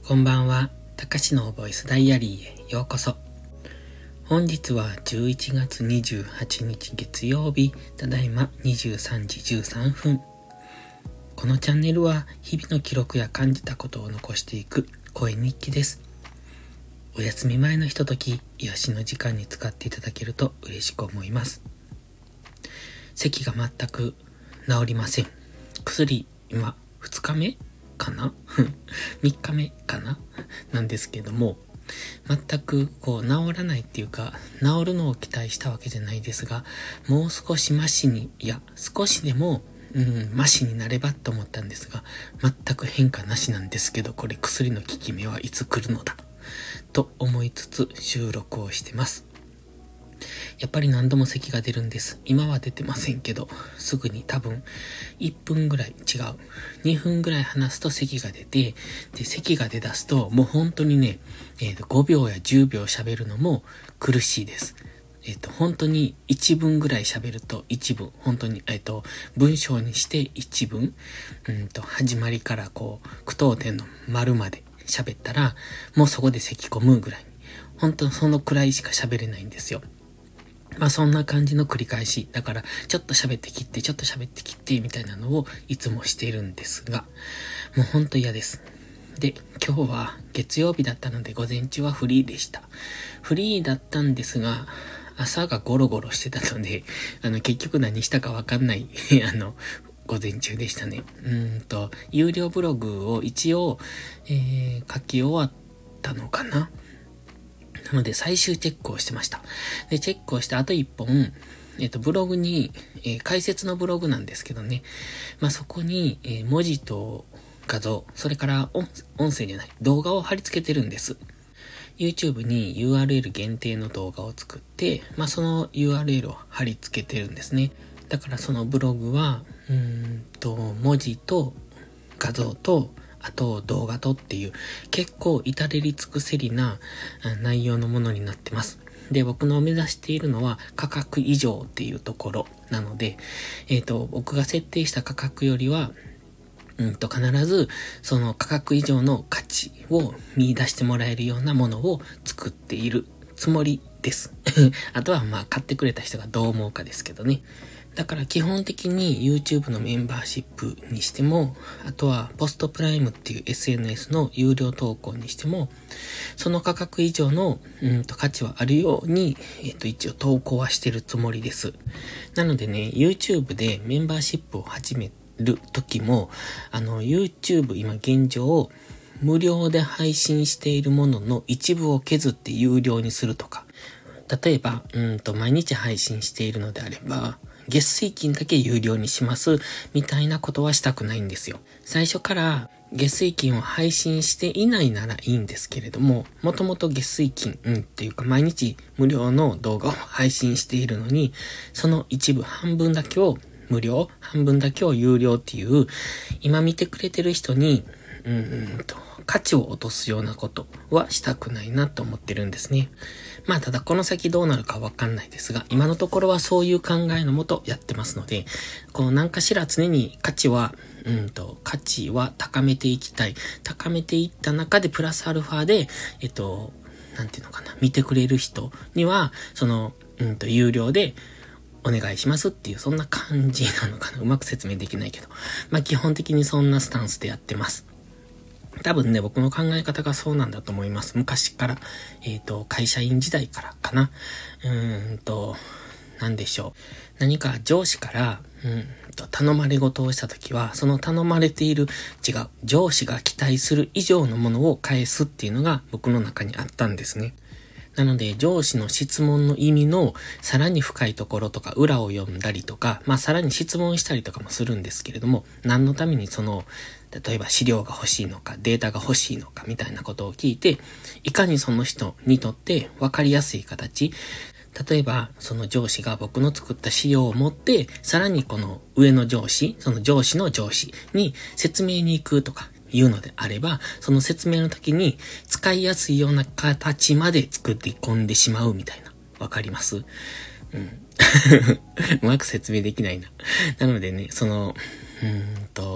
こんばんは。たかしのボイスダイアリーへようこそ。本日は11月28日月曜日、ただいま23時13分。このチャンネルは日々の記録や感じたことを残していく声日記です。お休み前のひととき、癒しの時間に使っていただけると嬉しく思います。咳が全く治りません。薬、今2日目かな3日目かななんですけども、全く治らないっていうか、治るのを期待したわけじゃないですが、もう少しマシに、少しでもマシになればと思ったんですが、全く変化なしなんですけど、これ薬の効き目はいつ来るのだと思いつつ収録をしてます。やっぱり何度も咳が出るんです。今は出てませんけど、すぐに多分1分ぐらい2分ぐらい話すと咳が出て、で、咳が出だすともう本当にね、5秒や10秒喋るのも苦しいです。本当に1文ぐらい喋ると1文、本当に、文章にして1文、始まりから句読点の丸まで喋ったら、もうそこで咳込むぐらいに、本当そのくらいしか喋れないんですよ。そんな感じの繰り返し。だから、ちょっと喋って切って、ちょっと喋って切って、みたいなのをいつもしているんですが、もうほんと嫌です。で、今日は月曜日だったので午前中はフリーでした。フリーだったんですが、朝がゴロゴロしてたので、結局何したかわかんない、午前中でしたね。有料ブログを一応、書き終わったのかな。なので最終チェックをしてました。で、チェックをしてあと1本、ブログに、解説のブログなんですけどね。そこに、文字と画像、それから音声じゃない、動画を貼り付けてるんです。YouTube に URL 限定の動画を作って、その URL を貼り付けてるんですね。だからそのブログは、文字と画像と、あと動画とっていう結構至れり尽くせりな内容のものになってます。で、僕の目指しているのは価格以上っていうところなので、僕が設定した価格よりは、必ずその価格以上の価値を見出してもらえるようなものを作っているつもりです。あとは買ってくれた人がどう思うかですけどね。だから基本的に YouTube のメンバーシップにしても、あとはポストプライムっていう SNS の有料投稿にしても、その価格以上の価値はあるように、一応投稿はしてるつもりです。なのでね、YouTube でメンバーシップを始める時も、YouTube 今現状、無料で配信しているものの一部を削って有料にするとか、例えば、毎日配信しているのであれば、月水金だけ有料にしますみたいなことはしたくないんですよ。最初から月水金を配信していないならいいんですけれども、もともと月水金、っていうか毎日無料の動画を配信しているのに、その一部半分だけを無料、半分だけを有料っていう、今見てくれてる人に、価値を落とすようなことはしたくないなと思ってるんですね。ただこの先どうなるかわかんないですが、今のところはそういう考えのもとやってますので、何かしら常に価値は高めていきたい。高めていった中でプラスアルファで、見てくれる人には、有料で、お願いしますっていう、そんな感じなのかな。うまく説明できないけど。基本的にそんなスタンスでやってます。多分ね、僕の考え方がそうなんだと思います。昔から、会社員時代からかな。なんでしょう。何か上司から、頼まれ事をしたときは、その頼まれている、上司が期待する以上のものを返すっていうのが僕の中にあったんですね。なので、上司の質問の意味のさらに深いところとか、裏を読んだりとか、さらに質問したりとかもするんですけれども、何のために例えば資料が欲しいのか、データが欲しいのか、みたいなことを聞いて、いかにその人にとって分かりやすい形、例えば、その上司が僕の作った資料を持って、さらにこの上の上司、その上司の上司に説明に行くとか、いうのであれば、その説明の時に使いやすいような形まで作って込んでしまうみたいな。わかります？うまく説明できないな。なのでね、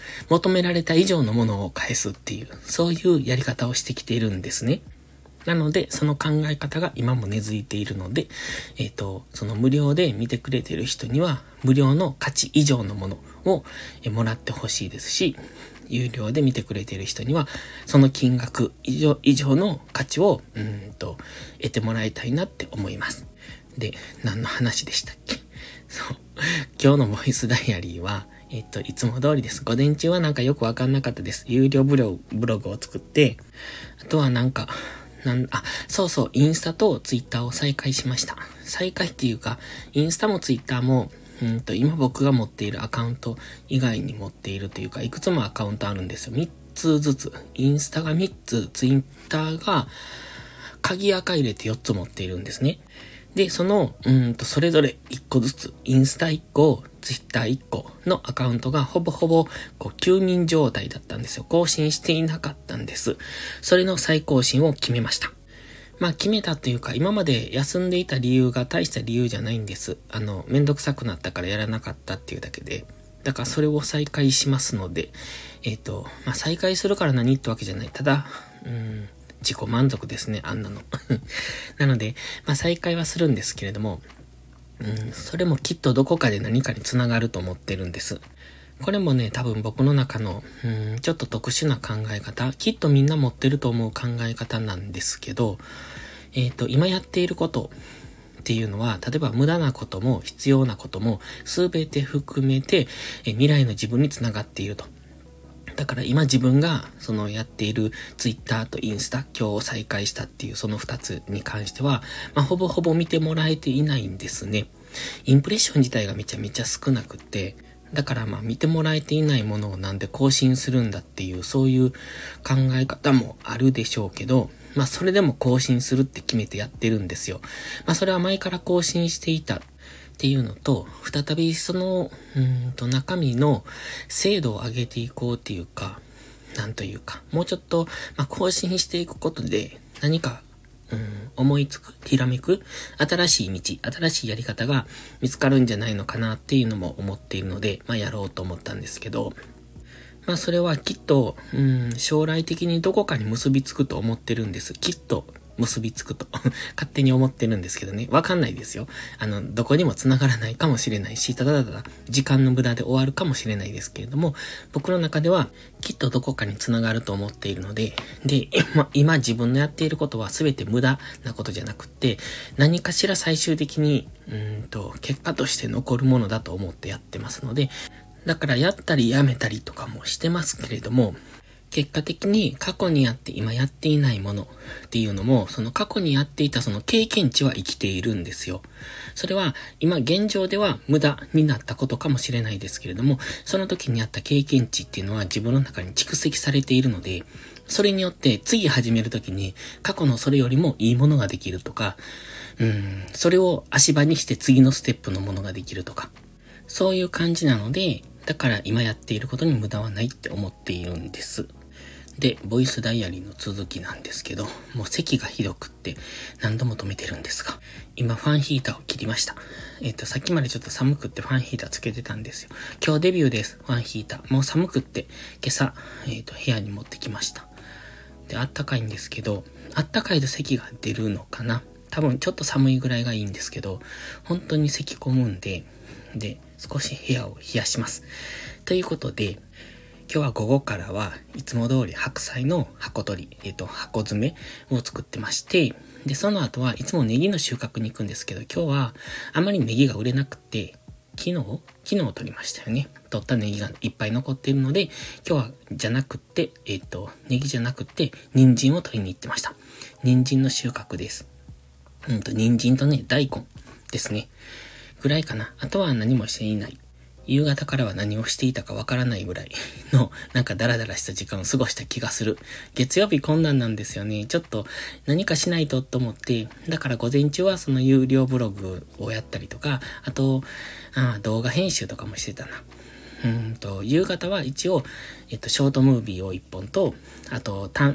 求められた以上のものを返すっていう、そういうやり方をしてきているんですね。なので、その考え方が今も根付いているので、その無料で見てくれている人には、無料の価値以上のものをもらってほしいですし、有料で見てくれている人には、その金額以上の価値を、得てもらいたいなって思います。で、何の話でしたっけ？そう。今日のボイスダイアリーは、いつも通りです。午前中はなんかよくわかんなかったです。有料ブログを作って、あとはそうそう、インスタとツイッターを再開しました。再開っていうか、インスタもツイッターも、今僕が持っているアカウント以外に持っているというか、いくつもアカウントあるんですよ。3つずつ。インスタが3つ、ツイッターが鍵垢入れて4つ持っているんですね。で、それぞれ1個ずつ、インスタ1個、ツイッター1個のアカウントがほぼ休眠状態だったんですよ。更新していなかったんです。それの再更新を決めました。決めたというか、今まで休んでいた理由が大した理由じゃないんです。めんどくさくなったからやらなかったっていうだけで。だからそれを再開しますので、再開するから何ってわけじゃない。ただ、自己満足ですね、あんなの。なので、再開はするんですけれども、それもきっとどこかで何かにつながると思ってるんです。これもね、多分僕の中の、ちょっと特殊な考え方、きっとみんな持ってると思う考え方なんですけど、今やっていることっていうのは、例えば無駄なことも必要なこともすべて含めて、未来の自分につながっていると。だから今自分がやっているツイッターとインスタ、今日再開したっていうその2つに関しては、ほぼほぼ見てもらえていないんですね。インプレッション自体がめちゃめちゃ少なくて、だから見てもらえていないものをなんで更新するんだっていうそういう考え方もあるでしょうけど、それでも更新するって決めてやってるんですよ。それは前から更新していたっていうのと、再び中身の精度を上げていこうっていうか、なんというか、もうちょっと、更新していくことで何か、思いつく、ひらめく、新しい道、新しいやり方が見つかるんじゃないのかなっていうのも思っているので、やろうと思ったんですけど、それはきっと、将来的にどこかに結びつくと思ってるんです。きっと結びつくと勝手に思ってるんですけどね。わかんないですよ。どこにも繋がらないかもしれないし、ただ時間の無駄で終わるかもしれないですけれども、僕の中ではきっとどこかに繋がると思っているので、今自分のやっていることは全て無駄なことじゃなくって、何かしら最終的に、結果として残るものだと思ってやってますので、だからやったりやめたりとかもしてますけれども、結果的に過去にやって今やっていないものっていうのも、その過去にやっていたその経験値は生きているんですよ。それは今現状では無駄になったことかもしれないですけれども、その時にあった経験値っていうのは自分の中に蓄積されているので、それによって次始める時に過去のそれよりもいいものができるとか、それを足場にして次のステップのものができるとか、そういう感じなので、だから今やっていることに無駄はないって思っているんです。で、ボイスダイアリーの続きなんですけど、もう咳がひどくって何度も止めてるんですが、今ファンヒーターを切りました。さっきまでちょっと寒くってファンヒーターつけてたんですよ。今日デビューです、ファンヒーター。もう寒くって今朝、部屋に持ってきました。で、あったかいんですけど、あったかいと咳が出るのかな？多分ちょっと寒いぐらいがいいんですけど、本当に咳込むんで、少し部屋を冷やします。ということで、今日は午後からはいつも通り白菜の箱取り、箱詰めを作ってまして、で、その後はいつもネギの収穫に行くんですけど、今日はあまりネギが売れなくて、昨日取りましたよね。取ったネギがいっぱい残っているので、今日はネギじゃなくて、人参を取りに行ってました。人参の収穫です。人参とね、大根ですね。ぐらいかな。あとは何もしていない。夕方からは何をしていたかわからないぐらいのダラダラした時間を過ごした気がする。月曜日困難なんですよね。ちょっと何かしないと思って、だから午前中はその有料ブログをやったりとか、あと、動画編集とかもしてたな。夕方は一応、ショートムービーを1本と、あと3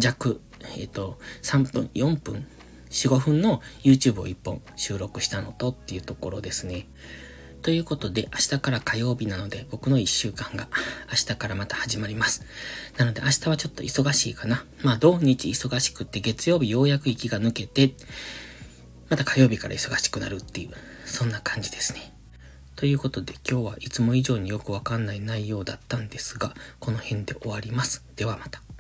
分、4分、4、5分の YouTube を1本収録したのとっていうところですね。 ということで、明日から火曜日なので、僕の1週間が明日からまた始まります。なので明日はちょっと忙しいかな。土日忙しくって月曜日ようやく息が抜けて、また火曜日から忙しくなるっていう、そんな感じですね。ということで今日はいつも以上によくわかんない内容だったんですが、この辺で終わります。ではまた。